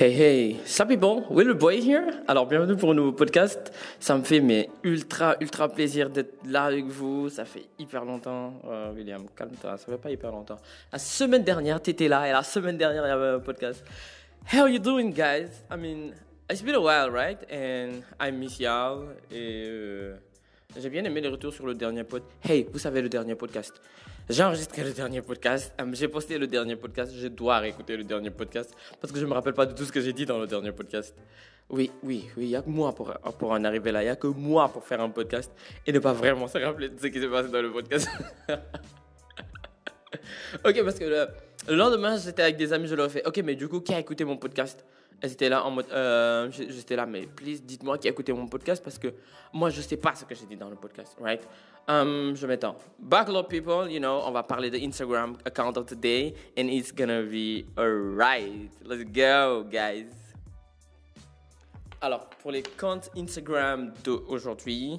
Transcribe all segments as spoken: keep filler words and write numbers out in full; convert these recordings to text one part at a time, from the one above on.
Hey hey, ça people, Will Boy here. Alors bienvenue pour un nouveau podcast. Ça me fait mais ultra ultra plaisir d'être là avec vous. Ça fait hyper longtemps. Euh, William, calme-toi, ça fait pas hyper longtemps. La semaine dernière t'étais là et la semaine dernière il y avait un podcast. How you doing guys? I mean, it's been a while, right? And I miss y'all. Et euh, j'ai bien aimé les retours sur le dernier pod. Hey, vous savez le dernier podcast? J'ai enregistré le dernier podcast, um, j'ai posté le dernier podcast, je dois réécouter le dernier podcast parce que je ne me rappelle pas de tout ce que j'ai dit dans le dernier podcast. Oui, oui, oui, il n'y a que moi pour, pour en arriver là, il n'y a que moi pour faire un podcast et ne pas vraiment se rappeler de ce qui s'est passé dans le podcast. Ok, parce que le, le lendemain, j'étais avec des amis, je leur ai fait, ok, mais du coup, qui a écouté mon podcast? Elles étaient là en mode, euh, j'étais là, mais please, dites-moi qui a écouté mon podcast parce que moi, je ne sais pas ce que j'ai dit dans le podcast, right? Um, je m'étends. Backlog people, you know, on va parler de Instagram account of the day and it's gonna be alright. Let's go, guys. Alors, pour les comptes Instagram d'aujourd'hui.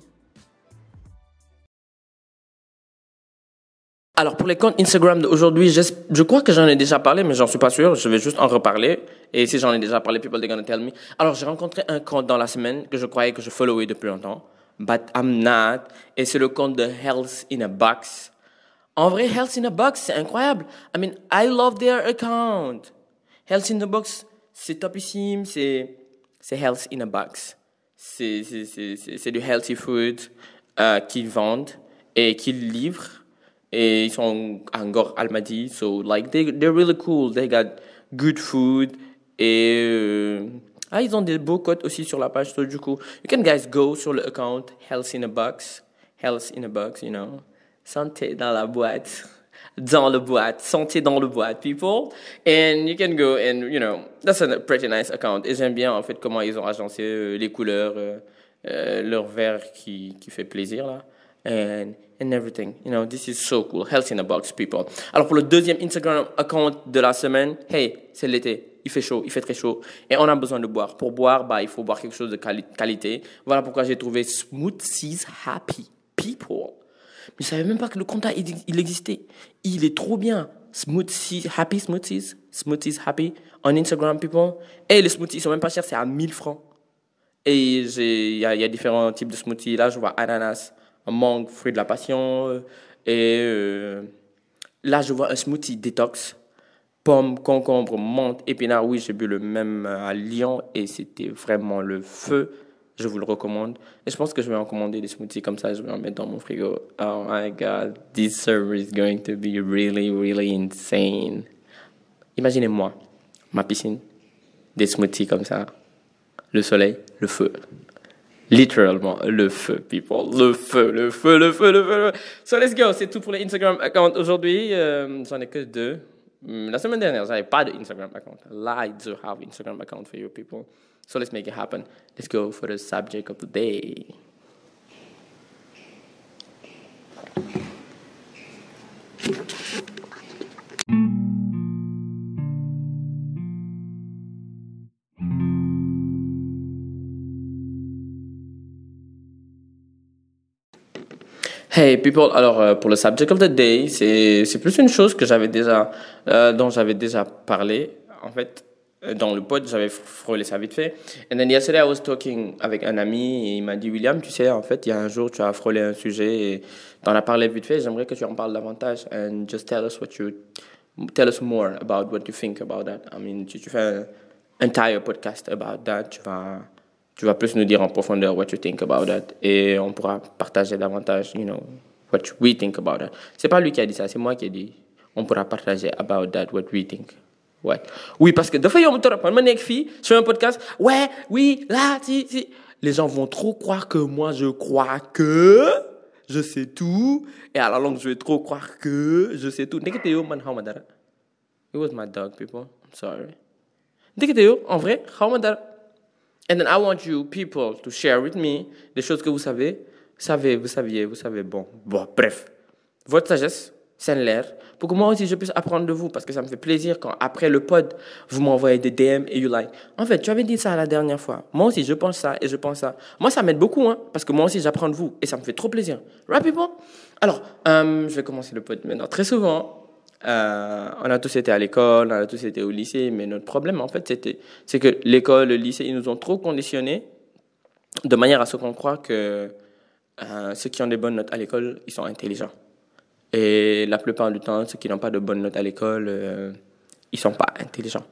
Alors, pour les comptes Instagram d'aujourd'hui, je, je crois que j'en ai déjà parlé, mais j'en suis pas sûr. Je vais juste en reparler. Et si j'en ai déjà parlé, people, they're gonna tell me. Alors, j'ai rencontré un compte dans la semaine que je croyais que je followais depuis longtemps. But I'm not. Et c'est le compte de Health in a Box. En vrai, Health in a Box, c'est incroyable. I mean, I love their account. Health in a Box, c'est topissime. C'est, c'est Health in a Box. C'est, c'est, c'est, c'est, c'est du healthy food euh, qu'ils vendent et qu'ils livrent. Et ils sont en Gore Almadi. So, like, they, they're really cool. They got good food. Et... Euh, Ah, ils ont des beaux codes aussi sur la page. So, du coup, you can guys go sur le account Health in a Box. Health in a Box, you know. Santé dans la boîte. Dans le boîte. Santé dans le boîte, people. And you can go and, you know, that's a pretty nice account. Et j'aime bien, en fait, comment ils ont agencé euh, les couleurs, euh, euh, leur vert qui, qui fait plaisir, là. And, and everything. You know, this is so cool. Health in a Box, people. Alors, pour le deuxième Instagram account de la semaine, hey, c'est l'été. Il fait chaud, il fait très chaud. Et on a besoin de boire. Pour boire, bah, il faut boire quelque chose de quali- qualité. Voilà pourquoi j'ai trouvé Smoothies Happy People. Mais je savais même pas que le compte, il, il existait. Il est trop bien. Smoothies Happy Smoothies. Smoothies Happy. On Instagram, people. Et les smoothies, ils sont même pas chers, c'est à mille francs. Et il y a, y a différents types de smoothies. Là, je vois ananas, mangue, fruit de la passion. Et euh, là, je vois un smoothie détox. Pommes, concombre, menthe, épinards. Oui, j'ai bu le même à Lyon et c'était vraiment le feu. Je vous le recommande. Et je pense que je vais en commander des smoothies comme ça. Je vais en mettre dans mon frigo. Oh my God, this service is going to be really, really insane. Imaginez-moi, ma piscine, des smoothies comme ça, le soleil, le feu. Littéralement, le feu, people. Le feu, le feu, le feu, le feu. Le feu. So let's go. C'est tout pour les Instagram accounts aujourd'hui. Euh, j'en ai que deux. La semaine dernière, j'avais pas de Instagram account. Là, I do have Instagram account for you people. So let's make it happen. Let's go for the subject of the day. Hey people, alors euh, pour le subject of the day, c'est c'est plus une chose que j'avais déjà euh, dont j'avais déjà parlé. En fait, euh, dans le pod, j'avais frôlé ça vite fait. And then yesterday I was talking avec un ami et il m'a dit William, tu sais, en fait, il y a un jour tu as frôlé un sujet et tu en as parlé vite fait. J'aimerais que tu en parles davantage and just tell us what you tell us more about what you think about that. I mean, tu, tu fais un entire podcast about that, tu vas Tu vas plus nous dire en profondeur what you think about that et on pourra partager davantage, you know, what we think about that. C'est pas lui qui a dit ça, c'est moi qui ai dit. On pourra partager about that, what we think. What? Oui, parce que de fois, on me torop, on me fille sur un podcast. Ouais, oui, là, si, si. Les gens vont trop croire que moi, je crois que je sais tout. Et à la longue, je vais trop croire que je sais tout. Neketeo, man, how madara? It was my dog, people. I'm sorry. Neketeo, en vrai, how madara? And then I want you people to share with me des choses que vous savez. Vous savez, vous saviez, vous savez, bon. Bon, bref. Votre sagesse, c'est l'air. Pour que moi aussi, je puisse apprendre de vous. Parce que ça me fait plaisir quand, après le pod, vous m'envoyez des D M et you like. En fait, tu avais dit ça la dernière fois. Moi aussi, je pense ça et je pense ça. Moi, ça m'aide beaucoup, hein. Parce que moi aussi, j'apprends de vous. Et ça me fait trop plaisir. Right, people? Alors, euh, je vais commencer le pod maintenant. Très souvent, Euh, on a tous été à l'école, on a tous été au lycée, mais notre problème, en fait, c'était, c'est que l'école, le lycée, ils nous ont trop conditionnés de manière à ce qu'on croit que euh, ceux qui ont des bonnes notes à l'école, ils sont intelligents. Et la plupart du temps, ceux qui n'ont pas de bonnes notes à l'école, euh, ils sont pas intelligents.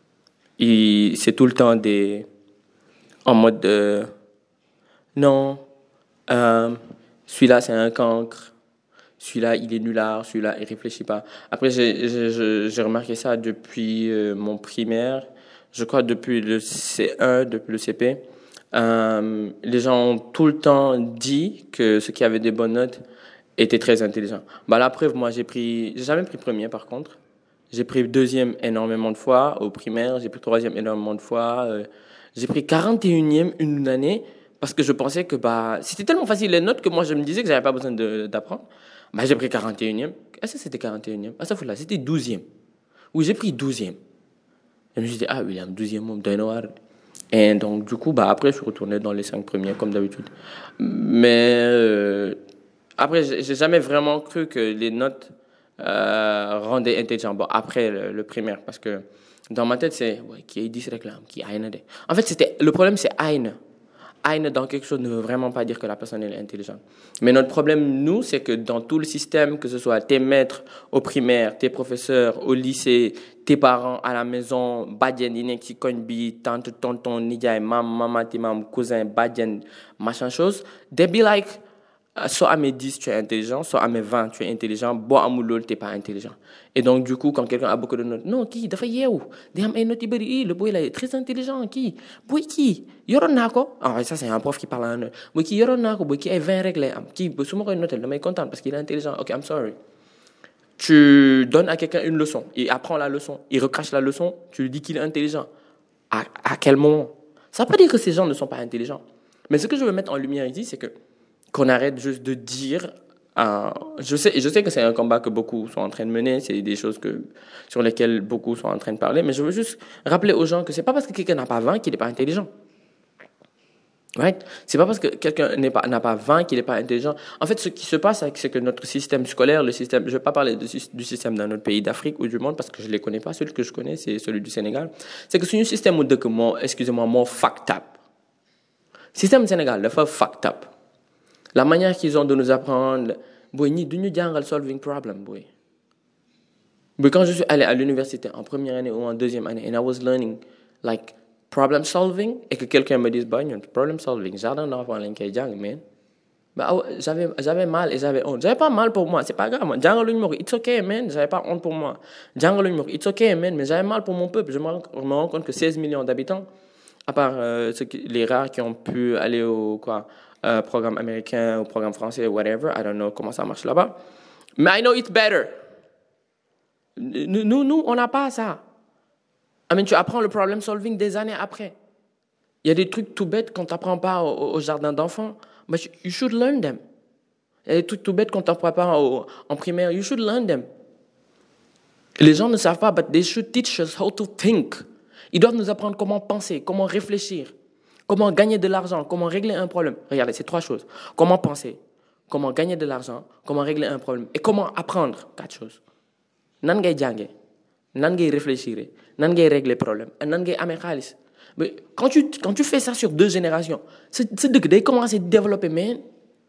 Et c'est tout le temps des en mode de non, euh, celui-là c'est un cancre, celui-là il est nulard, celui-là il réfléchit pas. Après j'ai j'ai j'ai remarqué ça depuis euh, mon primaire, je crois depuis le C un, depuis le C P. Euh, les gens ont tout le temps dit que ceux qui avaient des bonnes notes étaient très intelligents. Bah la preuve, moi j'ai pris, j'ai jamais pris premier par contre. J'ai pris deuxième énormément de fois au primaire, j'ai pris troisième énormément de fois. Euh, j'ai pris quarante et unième une année parce que je pensais que bah c'était tellement facile les notes que moi je me disais que j'avais pas besoin de, d'apprendre. Bah j'ai pris quarante et unième. Ah ça c'était quarante et unième. Ah ça faut là, c'était douzième. Oui, j'ai pris douzième. Et je me suis dit ah William, douzième moom doy na waar. Et donc du coup bah après je suis retourné dans les cinq premiers comme d'habitude. Mais euh, après j'ai j'ai jamais vraiment cru que les notes euh, rendaient intelligent. Bon, après le, le primaire, parce que dans ma tête, c'est ouais, qui a dit ce réclame, qui a rien. En fait, c'était le problème, c'est Aïn. Aïn dans quelque chose ne veut vraiment pas dire que la personne est intelligente. Mais notre problème, nous, c'est que dans tout le système, que ce soit tes maîtres au primaire, tes professeurs au lycée, tes parents à la maison, badjen, inek, si koñ bi, tante, tonton, nijaay, mam, maman, mam, cousin, badjen, machin chose, they be like, soit à mes dix, tu es intelligent, soit à mes vingt, tu es intelligent, bon, à moulol, tu n'es pas intelligent. Et donc, du coup, quand quelqu'un a beaucoup de notes, non, qui, dafa yew, day am ay notes yu bari, le boy là est très intelligent, qui, boy qui, yoron nako, ah, ça c'est un prof qui parle en eux, boy qui, yoron nako, boy qui est vingt règles, am, qui, su ma koy notel, damay content parce qu'il est intelligent, ok, I'm sorry. Tu donnes à quelqu'un une leçon, il apprend la leçon, il recrache la leçon, tu lui dis qu'il est intelligent. À, à quel moment? Ça ne veut pas dire que ces gens ne sont pas intelligents. Mais ce que je veux mettre en lumière ici, c'est que qu'on arrête juste de dire. Euh, je sais, je sais que c'est un combat que beaucoup sont en train de mener, c'est des choses que, sur lesquelles beaucoup sont en train de parler, mais je veux juste rappeler aux gens que c'est pas parce que quelqu'un n'a pas vingt qu'il n'est pas intelligent. Right? C'est pas parce que quelqu'un n'est pas, n'a pas vingt qu'il n'est pas intelligent. En fait, ce qui se passe, c'est que notre système scolaire, le système, je ne vais pas parler de, du système dans notre pays d'Afrique ou du monde parce que je ne les connais pas. Celui que je connais, c'est celui du Sénégal. C'est que c'est un système où, excusez-moi, more fucked up. Système Sénégal, le fait fucked up. La manière qu'ils ont de nous apprendre, boy, ni nous jangal solving problem, boy. Mais quand je suis allé à l'université en première année ou en deuxième année, and I was learning like problem solving, et que quelqu'un me dise, bah, problem solving, jardin d'enfant, l'inké jang, man. Bah, j'avais, j'avais mal et j'avais honte. J'avais pas mal pour moi, c'est pas grave. Jangal l'humour, it's okay, man. J'avais pas honte pour moi. Jangal l'humour, it's okay, man. Mais j'avais mal pour mon peuple. Je me rends, je me rends compte que seize millions d'habitants, à part euh, ceux qui, les rares qui ont pu aller au quoi. Euh, programme américain ou programme français, whatever. I don't know comment ça marche là-bas. Mais I know it's better. Nous, nous, nous on n'a pas ça. I mean, tu apprends le problem solving des années après. Il y a des trucs tout bêtes qu'on ne t'apprend pas au, au jardin d'enfants. But you should learn them. Il y a des trucs tout bêtes qu'on ne t'apprend pas au, en primaire. You should learn them. Les gens ne savent pas, but they should teach us how to think. Ils doivent nous apprendre comment penser, comment réfléchir. Comment gagner de l'argent, comment régler un problème. Regardez, c'est trois choses. Comment penser, comment gagner de l'argent, comment régler un problème et comment apprendre quatre choses. Nan ngay jànge, nan ngay réfléchir, nan ngay régler problème, et nan ngay amé xaalis. Mais quand tu quand tu fais ça sur deux générations, c'est c'est dëgg day commencer à développer, man.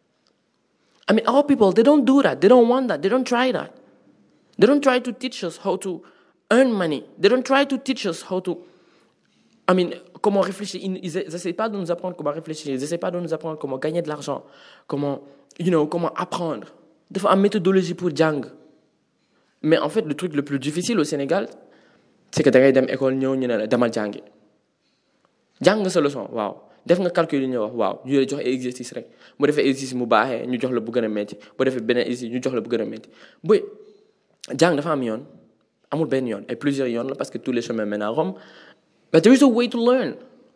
I mean, our people, they don't do that. They don't want that. They don't try that. They don't try to teach us how to earn money. They don't try to teach us how to I mean, comment réfléchir. Ils n'essaient pas de nous apprendre comment réfléchir. Ils n'essaient pas de nous apprendre comment gagner de l'argent. Comment, you know, comment apprendre. Des fois, une méthodologie pour jang. Mais en fait, le truc le plus difficile au Sénégal, c'est que tu as dem école, ñëw ñu ne la demal jàngi. Jàng sa leçon, waaw. Def nga calcul yi ñu wax, waaw. ñu lay jox exercice rek. Bu defee exercice mu baaxee, ñu jox la bu gën a metti. Bu defee beneen exercice, ñu jox la bu gën a metti. Boy, jàng dafa am yoon. Amul benn yoon. Et plusieurs yoon la parce que tous les chemins mènent à Rome. But there is a way to learn.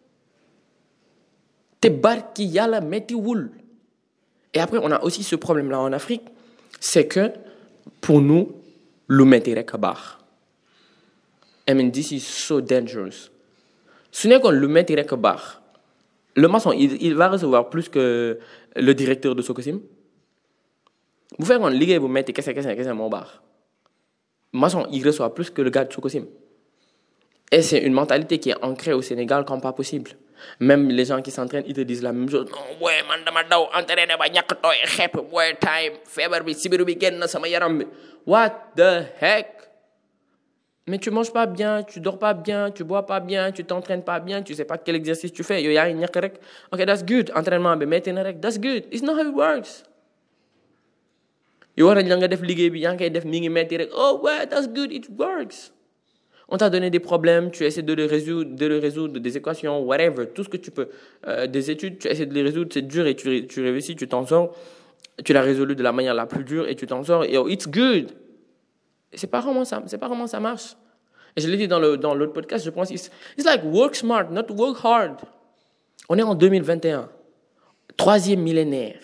Te barki yalla metiwul. Et après, on a aussi ce problème-là en Afrique, c'est que pour nous, lu metti rek a baax. I mean, this is so dangerous. Ce n'est qu'on lu metti rek a baax. Le maçon, il, il va recevoir plus que le directeur de Sococim. Bu fekkoon liggéey bu metti kese kese kese moo baax. maçon, il reçoit plus que le gars de Sococim. Et c'est une mentalité qui est ancrée au Sénégal comme pas possible. Même les gens qui s'entraînent, ils te disent la même chose. Non, ouais, man, dama daw entraîné ba ñak toy xép, ouais, time, fever bi, sibiru bi genn sama yaram bi. What the heck? Mais tu manges pas bien, tu dors pas bien, tu bois pas bien, tu t'entraînes pas bien, tu sais pas quel exercice tu fais. Yo yaa ngi ñak rek. Okay, that's good. Entraînement bi metti na rek. That's good. It's not how it works. Yo war nañ la nga def liggéey bi yaa ngi koy def mi ngi metti rek. Oh ouais, that's good. It works. On t'a donné des problèmes, tu essaies de les résoudre, de les résoudre, des équations, whatever, tout ce que tu peux, euh, des études, tu essaies de les résoudre, c'est dur et tu, tu réussis, tu t'en sors, tu l'as résolu de la manière la plus dure et tu t'en sors, et oh, it's good. Et c'est pas vraiment ça, c'est pas vraiment ça marche. Et je l'ai dit dans le dans l'autre podcast, je pense, it's, it's like work smart, not work hard. On est en deux mille vingt et un, troisième millénaire.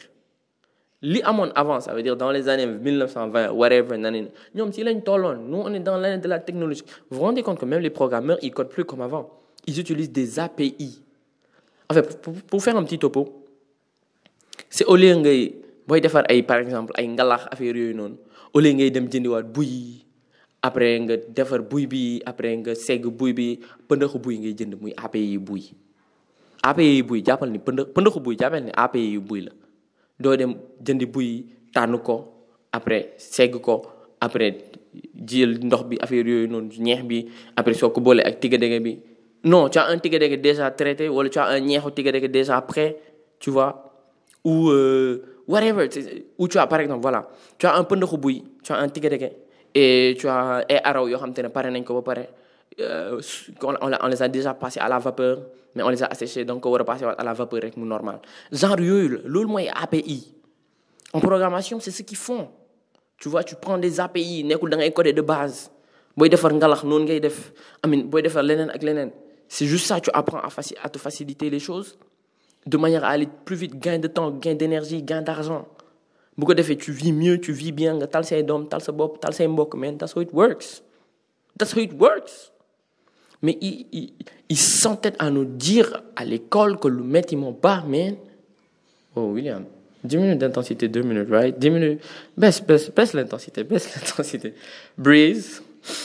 Li amoon avant, ça veut dire dans les années mille neuf cent vingt, whatever, nanine. Ñoom ci lañ tolloon. Nous, on est dans l'année de la technologie. Vous vous rendez compte que même les programmeurs, ils codent plus comme avant. Ils utilisent des A P I. En fait, pour, pour faire un petit topo, c'est au lieu ngay boy defar ay par exemple ay ngalax affaire yooyu noonu, au lieu ngay dem jëndiwaat buy, après nga defar buy bi, après nga segg buy bi, pëndëxu buy ngay jënd muy A P I buy. A P I buy jàppal ni pëndëx pëndëxu buy jàppal ni A P I buy la. doo dem jëndi buy tànn ko après segg ko après jël ndox bi affaire yooyu noonu ñeex bi après soo ko boole ak tigadege bi non tu as un tigadege déjà traité wala tu as un ñeexu tigadege déjà prêt tu vois ou euh, whatever ou tu as par exemple voilà tu as un pëndaxu buy tu as un tigadege et tu as ay araw yoo xam te ne pare nañ ko ba pare euh, on, on, on les a déjà passés à la vapeur mais on les a asséchés donc on va passer à la vapeur rek mu normal genre yooyu la loolu mooy A P I en programmation c'est ce qu'ils font tu vois tu prends des A P I nekkul da ngay coder de base booy defar ngalax noonu ngay def amin booy defar leneen ak leneen c'est juste ça tu apprends à, faci- à te faciliter les choses de manière à aller plus vite gain de temps gain d'énergie gain d'argent bu ko defee tu vis mieux tu vis bien nga tal say doom tal sa bopp tal say mbokk man that's how it works that's how it works. Mais ils, ils, ils s'entêtent à nous dire à l'école que le maître, ils m'ont pas, man. Oh, William, dix minutes d'intensité, deux minutes, right? dix minutes. Baisse, baisse, baisse l'intensité, baisse l'intensité. Breathe.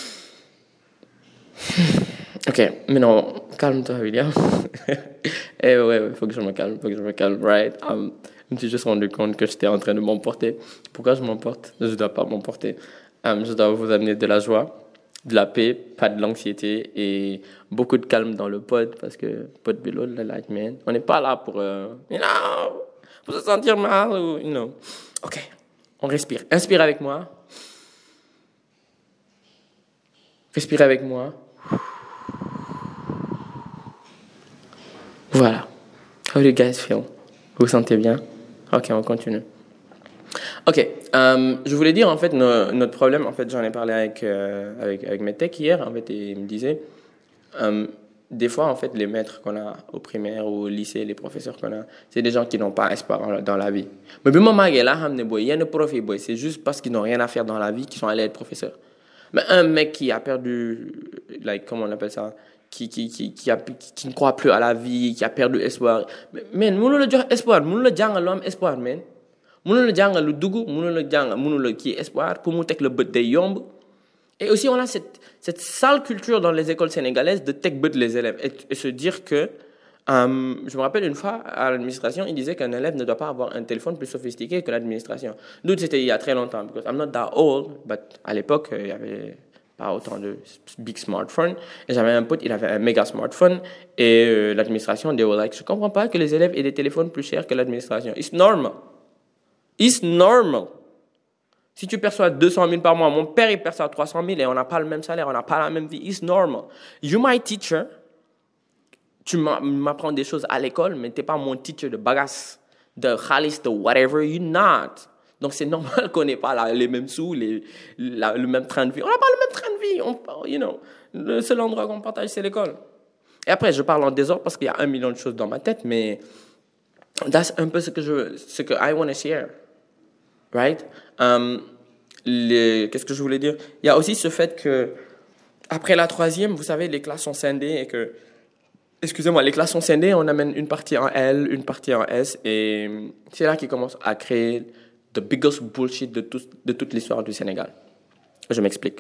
Ok, mais non, calme-toi, William. Eh ouais, il faut que je me calme, faut que je me calme, right? Um, je me suis juste rendu compte que j'étais en train de m'emporter. Pourquoi je m'emporte? Je ne dois pas m'emporter. Um, je dois vous amener de la joie, de la paix, pas de l'anxiété et beaucoup de calme dans le pod parce que pod below le light man. On n'est pas là pour, euh, you know, pour se sentir mal ou, you know. Ok, on respire. Inspire avec moi. Respire avec moi. Voilà. How do you guys feel? Vous vous sentez bien? Ok, on continue. Ok, euh, je voulais dire en fait no, notre problème, en fait j'en ai parlé avec, euh, avec, avec mes techs hier, en fait, et ils me disaient, euh, des fois en fait les maîtres qu'on a au primaire ou au lycée, les professeurs qu'on a, c'est des gens qui n'ont pas espoir dans la vie. Mais bi ma màggee laa xam ne boy yenn prof yi boy c'est juste parce qu'ils n'ont rien à faire dans la vie qu'ils sont allés être professeurs. Mais un mec qui a perdu, like, comment on appelle ça, qui, qui, qui, qui, a, qui, qui ne croit plus à la vie, qui a perdu espoir, mais man mënu la jox espoir, mënu la jàngal lu am espoir, man. Mënu la jàngal lu dugg, mënu la jàngal, mënu la kii espoir pour mu teg le bët day yomb. Et aussi on a cette cette sale culture dans les écoles sénégalaises de teg bët les élèves et, et se dire que euh, je me rappelle une fois à l'administration, ils disaient qu'un élève ne doit pas avoir un téléphone plus sophistiqué que l'administration. D'autres c'était il y a très longtemps because I'm not that old, but à l'époque il y avait pas autant de big smartphones. Et j'avais un pote, il avait un méga smartphone et euh, l'administration they were like je comprends pas que les élèves aient des téléphones plus chers que l'administration. It's normal. It's normal. Si tu perçois deux cent mille par mois, mon père il perçoit trois cent mille et on n'a pas le même salaire, on n'a pas la même vie. It's normal. You my teacher, tu m'apprends des choses à l'école, mais tu n'es pas mon teacher de bagasse, de khalis, de whatever, you're not. Donc c'est normal qu'on n'ait pas la, les mêmes sous, les, la, le même train de vie. On n'a pas le même train de vie. On, you know, le seul endroit qu'on partage, c'est l'école. Et après, je parle en désordre parce qu'il y a un million de choses dans ma tête, mais that's un peu ce que je, ce que I want to share. Right? Um, les, qu'est-ce que je voulais dire? Il y a aussi ce fait que après la troisième, vous savez, les classes sont scindées et que, excusez-moi, les classes sont scindées, on amène une partie en L, une partie en S et c'est là qu'ils commencent à créer the biggest bullshit de, tout, de toute l'histoire du Sénégal. Je m'explique.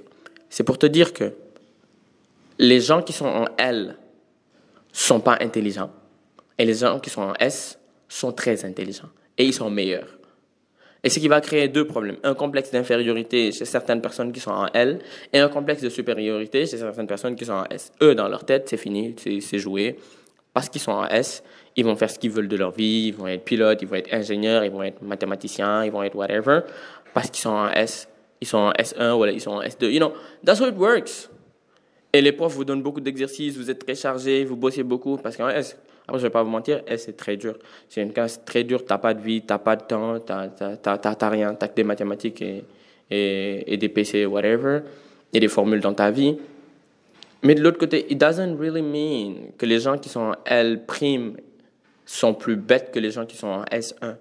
c'est pour te dire que les gens qui sont en L sont pas intelligents et les gens qui sont en S sont très intelligents et ils sont meilleurs. Et ce qui va créer deux problèmes. Un complexe d'infériorité chez certaines personnes qui sont en L et un complexe de supériorité chez certaines personnes qui sont en S. Eux, dans leur tête, c'est fini, c'est, c'est joué. Parce qu'ils sont en S, ils vont faire ce qu'ils veulent de leur vie, ils vont être pilotes, ils vont être ingénieurs, ils vont être mathématiciens, ils vont être whatever. Parce qu'ils sont en S, ils sont en S un ou ils sont en S deux. You know, that's how it works. Et les profs vous donnent beaucoup d'exercices, vous êtes très chargés, vous bossez beaucoup. Parce qu'en S, après je ne vais pas vous mentir, S c'est très dur. C'est une classe très dure, tu n'as pas de vie, tu n'as pas de temps, tu n'as rien, tu n'as que des mathématiques et, et, et des P C, whatever, et des formules dans ta vie. Mais de l'autre côté, it doesn't really mean que les gens qui sont en L' sont plus bêtes que les gens qui sont en S un.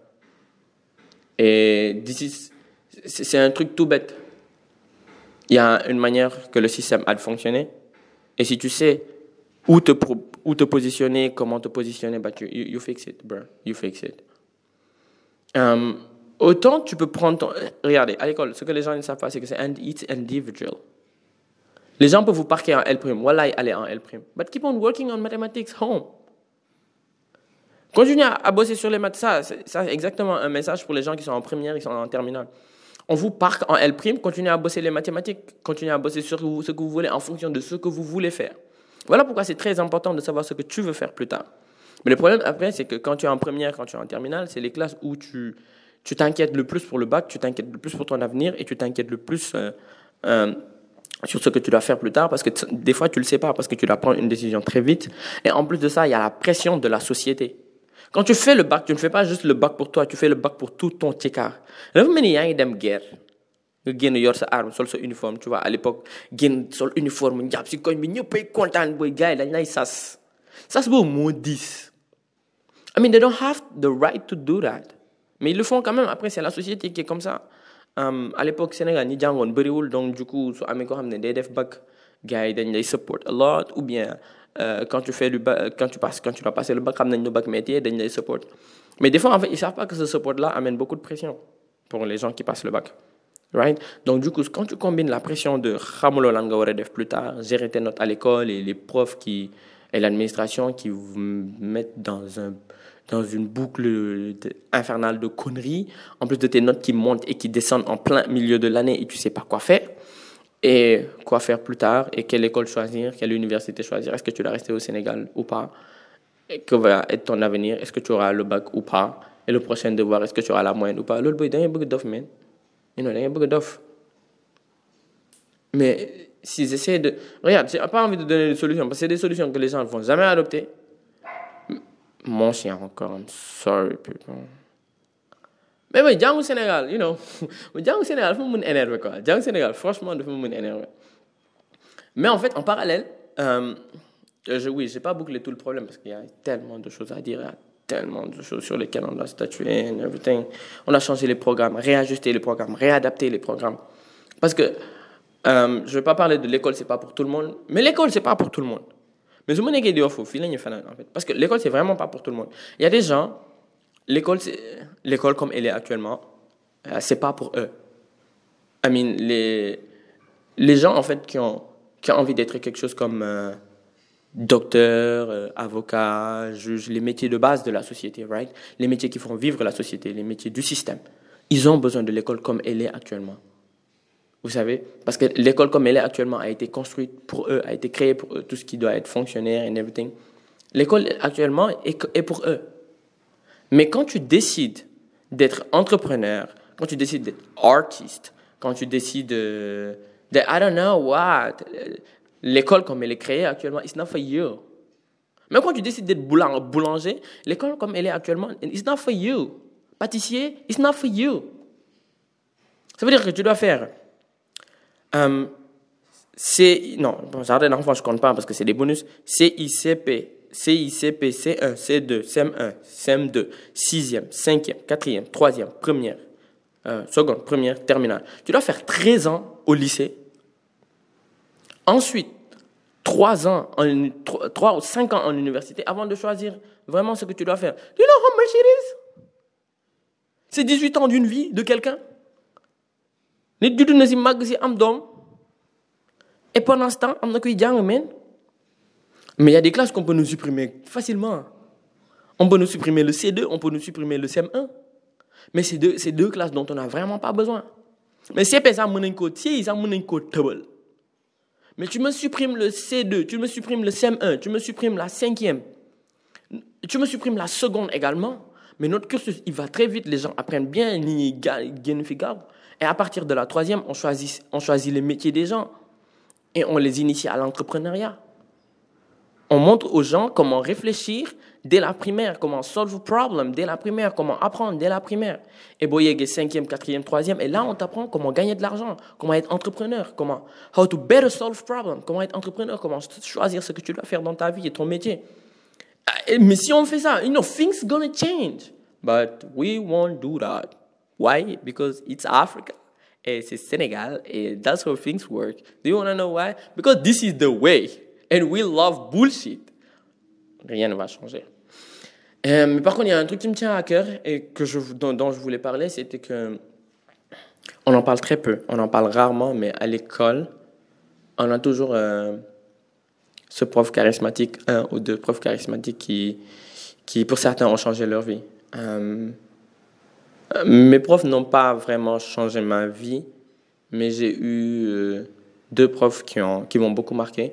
Et is, c'est un truc tout bête. Il y a une manière que le système a de fonctionner. Et si tu sais où te, où te positionner, comment te positionner, bah tu, you, you fix it, bro. You fix it. Um, autant tu peux prendre ton... Regardez, à l'école, ce que les gens ne savent pas, c'est que c'est it's individual. Les gens peuvent vous parquer en L'. Voilà, allez en L'. But keep on working on mathematics home. Continuez à, à bosser sur les maths. Ça, c'est, ça, c'est exactement un message pour les gens qui sont en première, qui sont en terminale. On vous parque en L', continuez à bosser les mathématiques, continuez à bosser sur ce que vous voulez en fonction de ce que vous voulez faire. Voilà pourquoi c'est très important de savoir ce que tu veux faire plus tard. Mais le problème après, c'est que quand tu es en première, quand tu es en terminale, c'est les classes où tu, tu t'inquiètes le plus pour le bac, tu t'inquiètes le plus pour ton avenir et tu t'inquiètes le plus euh, euh, sur ce que tu dois faire plus tard parce que t- des fois tu ne le sais pas parce que tu dois prendre une décision très vite. Et en plus de ça, il y a la pression de la société. Quand tu fais le bac, tu ne fais pas juste le bac pour toi, tu fais le bac pour tout ton tiers. Dafa mel ni yaa ngi dem guerre nga génn yor sa arme sol sa uniforme tu vois à l'époque génn sol uniforme njàpp si koñ bi ñëppay kontaan booy gars yi dañ lay sas sas boobu moo diis. I mean they don't have the right to do that mais ils le font quand même. Après c'est la société qui est comme ça. Um, à l'époque Sénégal ñi jàngoon bëriwul donc du coup su amee koo xam ne day def bac gars yi dañ lay support a lot ou bien euh, quand tu fais le bac, quand tu passes quand tu dois passer le bac xam nañ le bac métier dañ lay support. Mais des fois en fait ils savent pas que ce support là amène beaucoup de pression pour les gens qui passent le bac. Right? Donc, du coup, quand tu combines la pression de xamuloo lan nga war a def plus tard, gérer tes notes à l'école et les profs qui, et l'administration qui vous mettent dans, un, dans une boucle de, infernale de conneries, en plus de tes notes qui montent et qui descendent en plein milieu de l'année et tu ne sais pas quoi faire, et quoi faire plus tard, et quelle école choisir, quelle université choisir, est-ce que tu dois rester au Sénégal ou pas, et que va être ton avenir, est-ce que tu auras le bac ou pas, et le prochain devoir, est-ce que tu auras la moyenne ou pas. L'autre boy, d'un peu de man. You know, da ngay bëgg dof. Mais s'ils essaient de... Regarde, j'ai pas envie de donner des solutions, parce que c'est des solutions que les gens ne vont jamais adopter. Mon chien encore, I'm sorry, people. Mais oui, jàngu Sénégal, you know. Jàngu Sénégal, dafa ma mën énerver, quoi. Jàngu Sénégal, franchement, dafa ma mën énerver. Mais en fait, en parallèle, euh, je, oui, j'ai pas bouclé tout le problème, parce qu'il y a tellement de choses à dire, tellement de choses sur lesquelles on doit statuer and everything. On a changé les programmes, réajusté les programmes, réadapté les programmes. Parce que euh, je ne vais pas parler de l'école, c'est pas pour tout le monde, mais l'école, c'est pas pour tout le monde. Mais je me dis qu'il faut filer en fait. Parce que l'école, c'est vraiment pas pour tout le monde. Il y a des gens, l'école, c'est, l'école comme elle est actuellement, euh, c'est pas pour eux. I mean, les, les gens, en fait, qui ont, qui ont envie d'être quelque chose comme... Euh, docteur, euh, avocat, juge, les métiers de base de la société, right? Les métiers qui font vivre la société, les métiers du système. Ils ont besoin de l'école comme elle est actuellement. Vous savez? Parce que l'école comme elle est actuellement a été construite pour eux, a été créée pour eux, tout ce qui doit être fonctionnaire and everything. L'école actuellement est, est pour eux. Mais quand tu décides d'être entrepreneur, quand tu décides d'être artiste, quand tu décides de, de I don't know what... L'école comme elle est créée actuellement, it's not for you. Même quand tu décides d'être boulanger, l'école comme elle est actuellement, it's not for you. Pâtissier, it's not for you. Ça veut dire que tu dois faire... Um, C, non, bon, jardin d'enfants, je ne compte pas parce que c'est des bonus. C I C P, C I C P, C un, C deux, C M un, C M deux, sixième, cinquième, quatrième, troisième, première, euh, seconde, première, terminale. Tu dois faire treize ans au lycée. Ensuite, trois ans, en, trois ou cinq ans en université avant de choisir vraiment ce que tu dois faire. Do you know how much it is? C'est dix-huit ans d'une vie de quelqu'un. Nit judd na si màgg si am doom. Et pendant ce temps, on a kuy jàng, man. Mais il y a des classes qu'on peut nous supprimer facilement. On peut nous supprimer le C deux, on peut nous supprimer le C M un. Mais c'est deux, c'est deux classes dont on n'a vraiment pas besoin. Mais si ça m'a côté, ça m'a côté. Mais tu me supprimes le C deux, tu me supprimes le C M un, tu me supprimes la cinquième, tu me supprimes la seconde également. Mais notre cursus, il va très vite, les gens apprennent bien, et à partir de la troisième, on choisit, on choisit les métiers des gens et on les initie à l'entrepreneuriat. On montre aux gens comment réfléchir dès la primaire, comment solve a problem dès la primaire, comment apprendre dès la primaire. Et boyé cinquième, quatrième, troisième, et là on t'apprend comment gagner de l'argent, comment être entrepreneur, comment how to better solve problem, comment être entrepreneur, comment choisir ce que tu dois faire dans ta vie et ton métier. Mais si on fait ça, you know, things gonna change. But we won't do that. Why? Because it's Africa. Et c'est Sénégal, et that's how things work. Do you want to know why? Because this is the way. And we love bullshit. Rien ne va changer. Euh, mais par contre, il y a un truc qui me tient à cœur et que je, dont, dont je voulais parler, c'était que on en parle très peu, on en parle rarement, mais à l'école, on a toujours euh, ce prof charismatique, un ou deux profs charismatiques qui, qui pour certains, ont changé leur vie. Euh, mes profs n'ont pas vraiment changé ma vie, mais j'ai eu euh, deux profs qui, ont, qui m'ont beaucoup marqué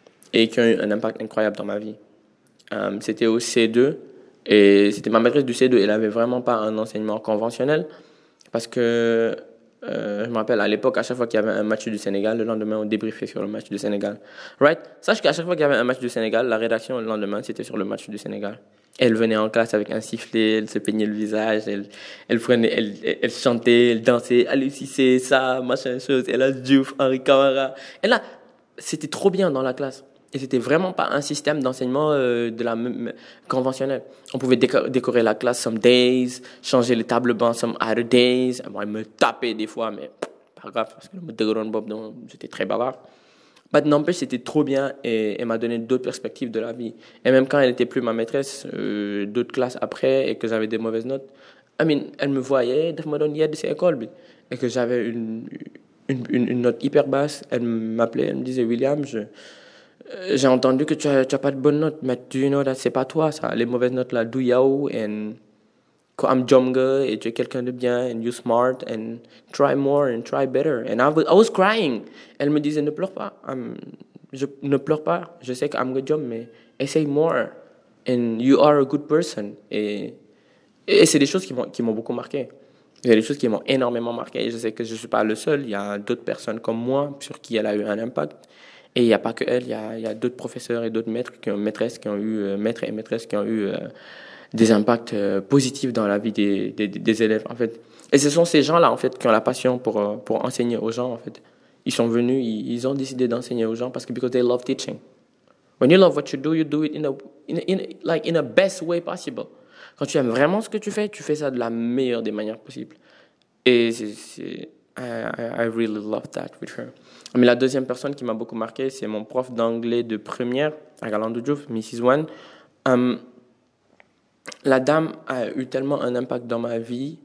et qui ont eu un impact incroyable dans ma vie. Euh, c'était au C deux, et c'était ma maîtresse du C deux. Elle n'avait vraiment pas un enseignement conventionnel, parce que, euh, je me rappelle, à l'époque, à chaque fois qu'il y avait un match du Sénégal, le lendemain, on débriefait sur le match du Sénégal. Right? Sache qu'à chaque fois qu'il y avait un match du Sénégal, la rédaction, le lendemain, c'était sur le match du Sénégal. Elle venait en classe avec un sifflet, elle se peignait le visage, elle, elle, prenait, elle, elle, elle chantait, elle dansait, Aliou Cissé, ça, machin, chose, elle a Diouf, Henri Camara. Et là, c'était trop bien dans la classe. Et c'était vraiment pas un système d'enseignement euh, de la même conventionnel. On pouvait déco- décorer la classe some days, changer les tables bancs some other days. Bon, il me tapait des fois, mais pas grave, parce que le mot Bob, donc j'étais très bavard. Mais n'empêche, c'était trop bien et elle m'a donné d'autres perspectives de la vie. Et même quand elle n'était plus ma maîtresse, euh, d'autres classes après, et que j'avais des mauvaises notes, I mean, elle me voyait, elle me donnait de ses écoles, et que j'avais une, une, une, une note hyper basse. Elle m'appelait, elle me disait, William, je... j'ai entendu que tu n'as tu as pas de bonnes notes, mais tu know, c'est pas toi, ça. Les mauvaises notes, là, do yao, and I'm Jomga, et tu es quelqu'un de bien, and you smart, and try more, and try better. And I was, I was crying. Elle me disait, ne pleure pas. I'm, je ne pleure pas. Je sais que I'm good job, mais essaye more. And you are a good person. Et, et c'est des choses qui m'ont, qui m'ont beaucoup marqué. Il y a des choses qui m'ont énormément marqué. Et je sais que je ne suis pas le seul. Il y a d'autres personnes comme moi sur qui elle a eu un impact. Et il n'y a pas que elle, il y a, il y a d'autres professeurs et d'autres maîtres qui ont, maîtresses qui ont eu, euh, maîtres et maîtresses qui ont eu euh, des impacts euh, positifs dans la vie des, des, des élèves, en fait. Et ce sont ces gens-là, en fait, qui ont la passion pour, euh, pour enseigner aux gens, en fait. Ils sont venus, ils, ils ont décidé d'enseigner aux gens parce que because they love teaching. When you love what you do, you do it in a, in a, in a, like in a best way possible. Quand tu aimes vraiment ce que tu fais, tu fais ça de la meilleure des manières possibles. Et c'est, c'est I, I really love that with her. Mais la deuxième personne qui m'a beaucoup marqué, c'est mon prof d'anglais de première à Galandou Diouf, missus One. Um, la dame a eu tellement un impact dans ma vie,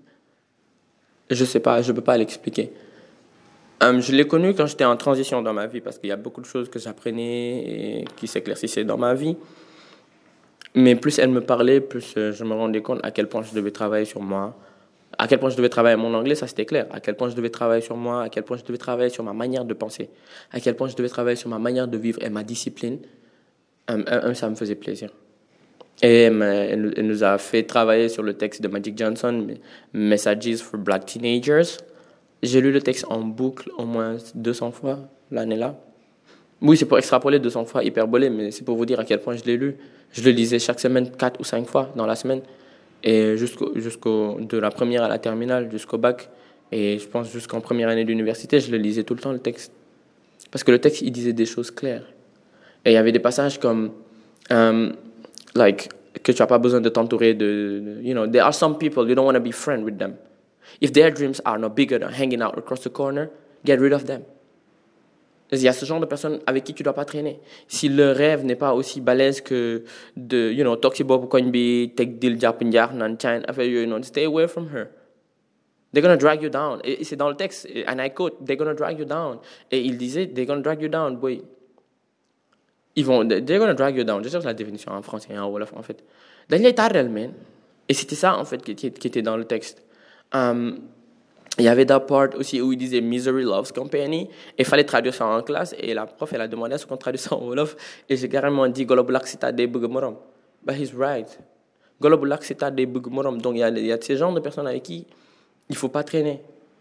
je sais pas, je peux pas l'expliquer. Um, je l'ai connue quand j'étais en transition dans ma vie, parce qu'il y a beaucoup de choses que j'apprenais et qui s'éclaircissaient dans ma vie. Mais plus elle me parlait, plus je me rendais compte à quel point je devais travailler sur moi. À quel point je devais travailler mon anglais, ça c'était clair. À quel point je devais travailler sur moi, à quel point je devais travailler sur ma manière de penser, à quel point je devais travailler sur ma manière de vivre et ma discipline. Um, um, ça me faisait plaisir. Et um, elle, elle nous a fait travailler sur le texte de Magic Johnson, Messages for Black Teenagers. J'ai lu le texte en boucle au moins deux cents fois l'année-là. Oui, c'est pour extrapoler deux cents fois, hyperbolé, mais c'est pour vous dire à quel point je l'ai lu. Je le lisais chaque semaine, quatre ou cinq fois dans la semaine. Et jusqu'au, jusqu'au, de la première à la terminale, jusqu'au bac, et je pense jusqu'en première année d'université, je le lisais tout le temps, le texte. Parce que le texte, il disait des choses claires. Et il y avait des passages comme, um, like, que tu n'as pas besoin de t'entourer de, de, you know, there are some people, you don't want to be friends with them. If their dreams are no bigger than hanging out across the corner, get rid of them. Il y a ce genre de personnes avec qui tu ne dois pas traîner. Si le rêve n'est pas aussi balèze que de, you know, toxic bob koñ bi, tech deal, jàpp njaax, nan chain, affaire yooyu noonu, stay away from her. They're gonna drag you down. Et c'est dans le texte, and I quote, they're gonna drag you down. Et il disait, they're gonna drag you down, boy. Ils vont, they're gonna drag you down. Je cherche la définition en français et en wolof, en fait. Dañ lay tardel, man. Et c'était ça, en fait, qui, qui était dans le texte. Um, il y avait that part aussi où il disait Misery Loves Company. Et il fallait traduire ça en classe. Et la prof, elle a demandé à ce qu'on traduise ça en wolof. Et j'ai carrément dit, Golo Black, c'est ta des bëgg morom. But he's right. Golo Black, c'est ta des bëgg morom. Donc il y a, il y a ces genres de personnes avec qui il ne faut pas traîner.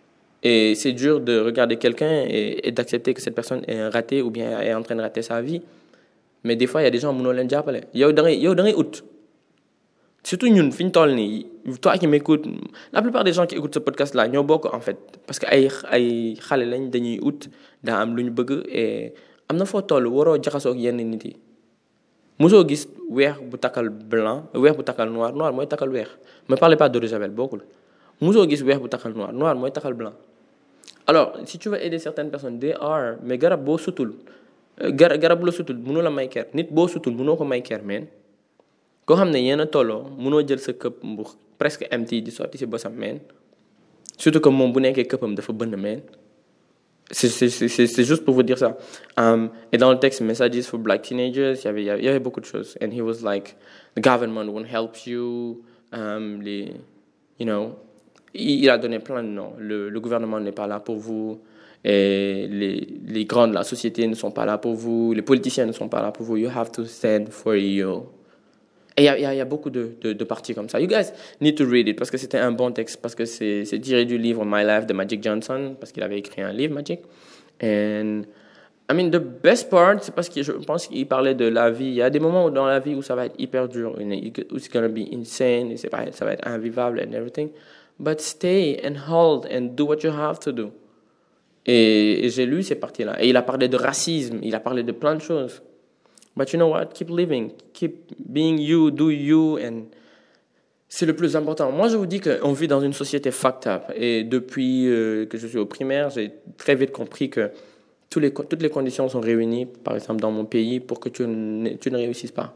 Et c'est dur de regarder quelqu'un et, et d'accepter que cette personne est ratée ou bien est en train de rater sa vie. Mais des fois, il y a des gens qui ne peuvent pas. Yow da ngay yow da ngay ut. Surtout ñun fi ñu toll nii toi qui m'écoutes la plupart des gens qui écoutent ce podcast là ñoo bokk en fait parce que ay ay xale lañ dañuy ut daa am lu ñu bëgg et am na foo toll waroo jaxasoo ak yenn nit yi mosoo gis weex bu takkal blanc weex bu takkal noir noir mooy takkal weex ne parlez pas d'eau de javel bokkul mosoo gis weex bu takkal noir noir mooy takkal blanc. Alors si tu veux aider certaines personnes they are mais garab boo sutul gar garab bu la sutul mënoo la may ker nit boo sutul mënoo ko may ker meen. koo xam ne yéen a tolloo mënoo jël sa këpp bu presque empty di sotti si bosam meen surtout que moom bu nekkee këppam dafa bënn meen c'est c'est c'est c'est juste pour vous dire ça. Um, et dans le texte Messages for Black Teenagers il y avait il y avait beaucoup de choses and he was like the government won't help you um, les you know il, il a donné plein de noms. Le, le gouvernement n'est pas là pour vous et les les grands de la société ne sont pas là pour vous, les politiciens ne sont pas là pour vous. You have to stand for you. Et il y a, y, a, y a beaucoup de, de, de parties comme ça. You guys need to read it parce que c'était un bon texte, parce que c'est, c'est tiré du livre My Life de Magic Johnson, parce qu'il avait écrit un livre, Magic. And I mean, the best part, c'est parce que je pense qu'il parlait de la vie. Il y a des moments dans la vie où ça va être hyper dur, où it's going to be insane, et c'est pas, ça va être invivable and everything. But stay and hold and do what you have to do. Et, et j'ai lu ces parties-là. Et il a parlé de racisme, il a parlé de plein de choses. But you know what? Keep living. Keep being you, do you. And c'est le plus important. Moi, je vous dis qu'on vit dans une société fucked up. Et depuis euh, que je suis au primaire, j'ai très vite compris que tous les, toutes les conditions sont réunies, par exemple dans mon pays, pour que tu ne, tu ne réussisses pas.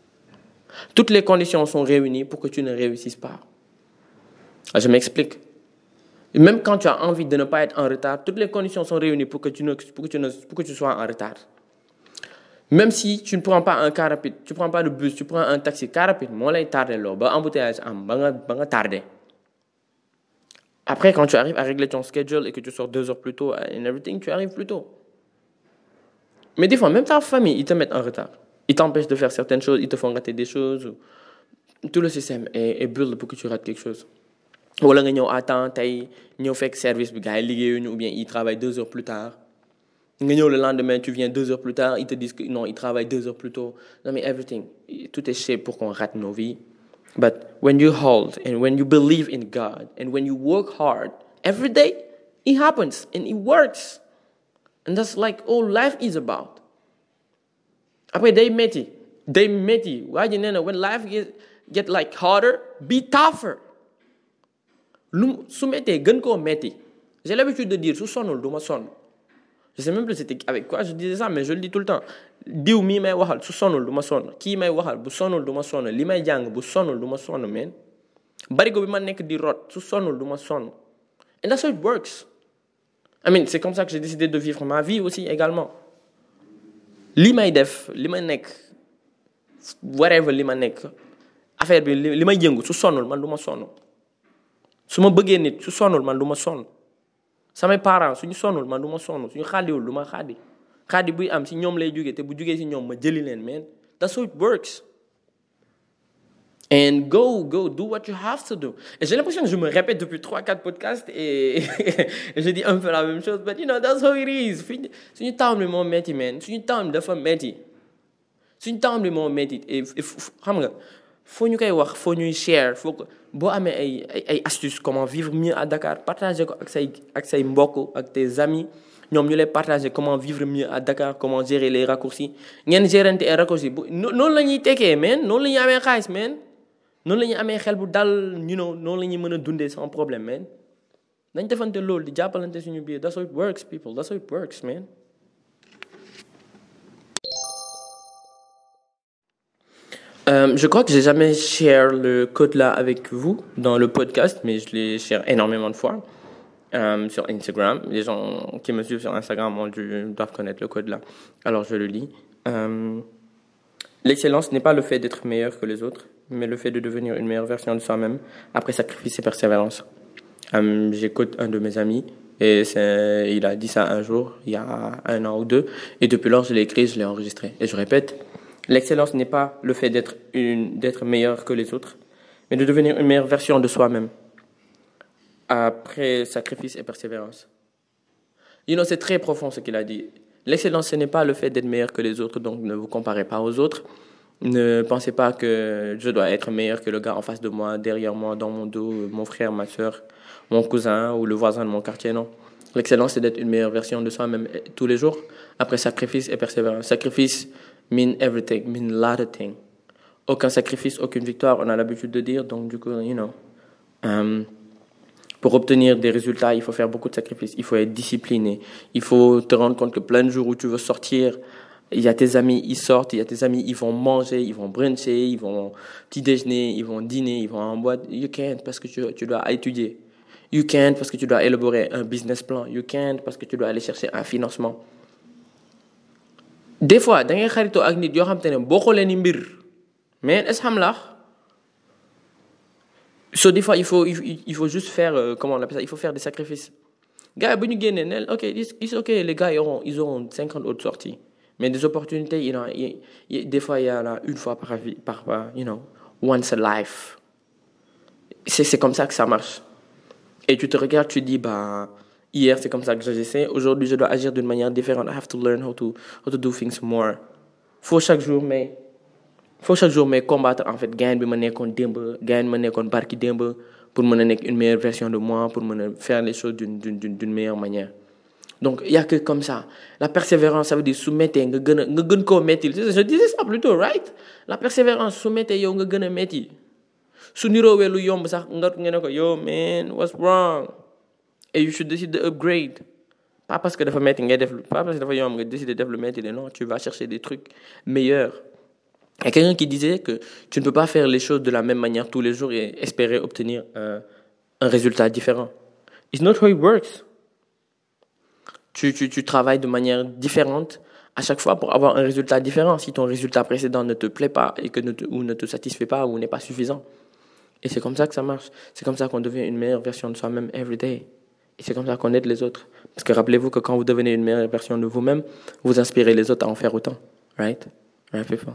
Toutes les conditions sont réunies pour que tu ne réussisses pas. Je m'explique. Et même quand tu as envie de ne pas être en retard, toutes les conditions sont réunies pour que tu, ne, pour que tu, ne, pour que tu sois en retard. Même si tu ne prends pas un car rapide, tu ne prends pas le bus, tu prends un taxi, car rapide, moi, là, il tarde là, bah, embouteillage, bah, bah, tardé. Après, quand tu arrives à régler ton schedule et que tu sors deux heures plus tôt and everything, tu arrives plus tôt. Mais des fois, même ta famille, ils te mettent en retard. Ils t'empêchent de faire certaines choses, ils te font rater des choses. Tout le système est, est build pour que tu rates quelque chose. Ou là, tu attends, tu fais service, ou bien ils travaillent deux heures plus tard. Le lendemain, tu viens deux heures plus tard, ils te disent que non, ils travaillent deux heures plus tôt. Non, mais everything, tout est fait pour qu'on rate nos vies. But when you hold and when you believe in God and when you work hard every day, it happens and it works. And that's like all life is about. Après, day métti, day métti. When life get, get like harder, be tougher. Su méttee gën koo métti. J'ai l'habitude de dire, su sonnul du ma sonn. Je sais même plus c'était avec quoi je disais ça, mais je le dis tout le temps. Diw mii may waxal su sonul du ma sonn kii may waxal bu sonul du ma sonn li may jàng bu sonul du ma sonn men barigo bi ma nekk di rot su sonul du ma sonn. And that's how it works. I mean, c'est comme ça que j'ai décidé de vivre ma vie aussi également. Li may def li ma nekk whatever li ma nekk affaire bi li may yëngu su sonul man du ma sonn su ma bëggee nit su sonul man du ma sonn. Samay parents suñu sonul man du ma sonn suñu xaadiwul du ma xaadi xaadi buy am si ñoom lay jógee te bu jógee si ñoom ma jëli leen man. That's how it works. And go, go, do what you have to do. Et j'ai l'impression que je me répète depuis trois quatre podcasts et, et je dis un peu la même chose. But you know, that's how it is. Suñu temps bi moo metti man suñu temps bi dafa metti suñu temps bi moo metti et xam nga faut ñu koy wax faut ñuy share faut que boo amee ay ay ay astuces comment vivre mieux à Dakar partager ko ak say ak say mbokk ak tes amis ñoom ñu lay partager comment vivre mieux à Dakar comment gérer les raccourcis ngeen gérante ay raccourcis bu noonu la ñuy tekkee man noonu la ñuy amee xaalis man noonu la ñuy amee xel bu dal you know noonu la ñuy mën a dundee sans problème man dañ defante loolu di jàppalante suñu biir that's how it works people that's how it works man. Euh, je crois que j'ai jamais share le code là avec vous dans le podcast, mais je l'ai share énormément de fois euh, sur Instagram. Les gens qui me suivent sur Instagram ont dû, doivent connaître le code là. Alors je le lis. Euh, L'excellence n'est pas le fait d'être meilleur que les autres, mais le fait de devenir une meilleure version de soi-même après sacrifice et persévérance. Euh, J'écoute un de mes amis et c'est, il a dit ça un jour, il y a un an ou deux, et depuis lors je l'ai écrit, je l'ai enregistré. Et je répète, l'excellence n'est pas le fait d'être une, d'être meilleur que les autres, mais de devenir une meilleure version de soi-même après sacrifice et persévérance. You know, c'est très profond ce qu'il a dit. L'excellence, ce n'est pas le fait d'être meilleur que les autres, donc ne vous comparez pas aux autres. Ne pensez pas que je dois être meilleur que le gars en face de moi, derrière moi, dans mon dos, mon frère, ma soeur, mon cousin ou le voisin de mon quartier, non. L'excellence, c'est d'être une meilleure version de soi-même tous les jours, après sacrifice et persévérance. Sacrifice mean everything, mean a lot of things. Aucun sacrifice, aucune victoire, on a l'habitude de dire, donc du coup, you know. Um, Pour obtenir des résultats, il faut faire beaucoup de sacrifices. Il faut être discipliné. Il faut te rendre compte que plein de jours où tu veux sortir, il y a tes amis, ils sortent. Il y a tes amis, ils vont manger, ils vont bruncher, ils vont petit déjeuner, ils vont dîner, ils vont en boîte. You can't parce que tu, tu dois étudier. You can't parce que tu dois élaborer un business plan. You can't parce que tu dois aller chercher un financement. Des fois, da ngay xaritoo ak nit yoo xam te ne boo xoolee ni mbir mais est-ce xam la So, des fois, il faut, il, il faut juste faire, euh, comment on appelle ça, il faut faire des sacrifices. Gars, ben, ils ok, it's ok, les gars, ils auront, ils auront cinquante autres sorties. Mais des opportunités, you know, il, il, des fois, il y en a une fois par vie, par, you know, once a life. C'est, c'est comme ça que ça marche. Et tu te regardes, tu dis, bah, hier, c'est comme ça que j'agissais. Aujourd'hui, je dois agir d'une manière différente. I have to learn how to, how to do things more. Faut chaque jour, mais faut chaque jour mais combattre en fait gain bi ma nekkoon démb gain ma nekkoon barki démb pour mën a nekk une meilleure version de moi pour mën a faire les choses d'une d'une d'une meilleure manière. Donc il y a que comme ça. La persévérance, ça veut dire soumettre nga gën a nga gën koo metti. Je disais ça plutôt, right? La persévérance soumettre yow nga gën a metti. Su niroowee lu yomb sax nga nga ne ko yo man what's wrong? Et you should decide to upgrade. Pas parce que dafa metti ngay def pas parce que dafa yomb nga décider def lu metti, non, tu vas chercher des trucs meilleurs. Il y a quelqu'un qui disait que tu ne peux pas faire les choses de la même manière tous les jours et espérer obtenir euh, un résultat différent. It's not how it works. Tu, tu, tu travailles de manière différente à chaque fois pour avoir un résultat différent. Si ton résultat précédent ne te plaît pas et que ne te, ou ne te satisfait pas ou n'est pas suffisant. Et c'est comme ça que ça marche. C'est comme ça qu'on devient une meilleure version de soi-même every day. Et c'est comme ça qu'on aide les autres. Parce que rappelez-vous que quand vous devenez une meilleure version de vous-même, vous inspirez les autres à en faire autant. Right? Right, people?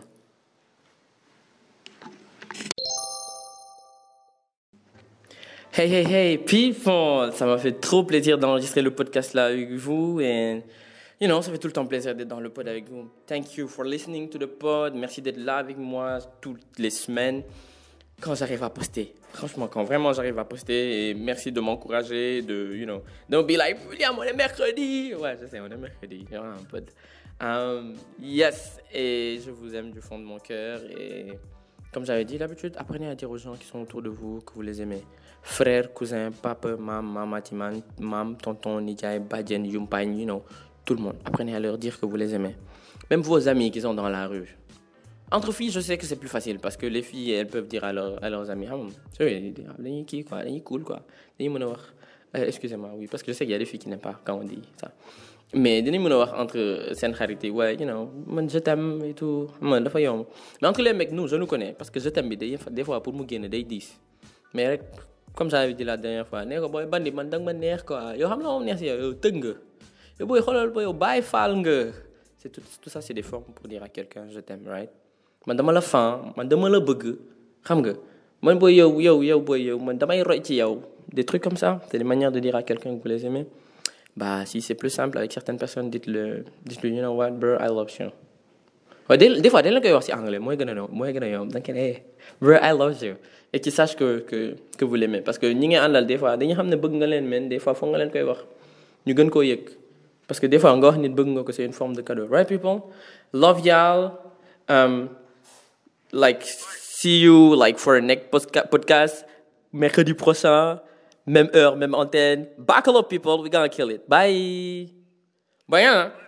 Hey, hey, hey, people! Ça m'a fait trop plaisir d'enregistrer le podcast là avec vous. Et, you know, ça fait tout le temps plaisir d'être dans le pod avec vous. Thank you for listening to the pod. Merci d'être là avec moi toutes les semaines quand j'arrive à poster. Franchement, quand vraiment j'arrive à poster. Et merci de m'encourager, de, you know, don't be like, William, on est mercredi. Ouais, je sais, on est mercredi. Il y aura un pod. Um, yes, et je vous aime du fond de mon cœur. Et comme j'avais dit d'habitude, apprenez à dire aux gens qui sont autour de vous que vous les aimez. Frères, cousins, papa, maman, maman, timan, mam, tonton, nijaay, badjen, yumpagne, you know, tout le monde. Apprenez à leur dire que vous les aimez. Même vos amis qui sont dans la rue. Entre filles, je sais que c'est plus facile parce que les filles, elles peuvent dire à, leur, à leurs amis, ah, c'est qui quoi, cool quoi. Euh, excusez-moi, oui, parce que je sais qu'il y a des filles qui n'aiment pas quand on dit ça. Mais dañuy mën a wax entre seen xarit yi ouais, you know, man je t'aime et tout, man dafa yomb. Mais entre les mecs, nous, je nous connais parce que je t'aime bi day des fois pour mu génn day diis. Mais rek comme j'avais dit la dernière fois, nee ko booy bandi man danga ma neex quoi. Yow xam la moom neex si yow, yow tëgg nga. Yow booy xoolal ba yow bàyyi faal nga. C'est tout, tout ça c'est des formes pour dire à quelqu'un je t'aime, right? Man dama la fan, man dama la bëgg, xam nga. Man booy yow yow yow booy yow man damay roy ci yow. Des trucs comme ça, c'est des manières de dire à quelqu'un que vous les aimez. Bah, si c'est plus simple avec certaines personnes, dites-le, dites-le, you know what, bro, I love you. Ouais, des, des fois, dès que c'est anglais, moi, je moi, je donc, hey, bro, I love you. Et qu'ils sachent que, que, que vous l'aimez. Parce que, ñi nga àndal, des fois, dañuy xam ne bëgg nga leen men, des fois, foog nga leen koy wax. Ñu gën koo yëg. Parce que des fois, nga wax nit bëgg nga ko, c'est une forme de cadeau. Right, people? Love y'all. Um, like, see you, like, for a next podcast, mercredi prochain. Même heure, même antenne. Buckle up, people. We're gonna kill it. Bye. Bye, hein?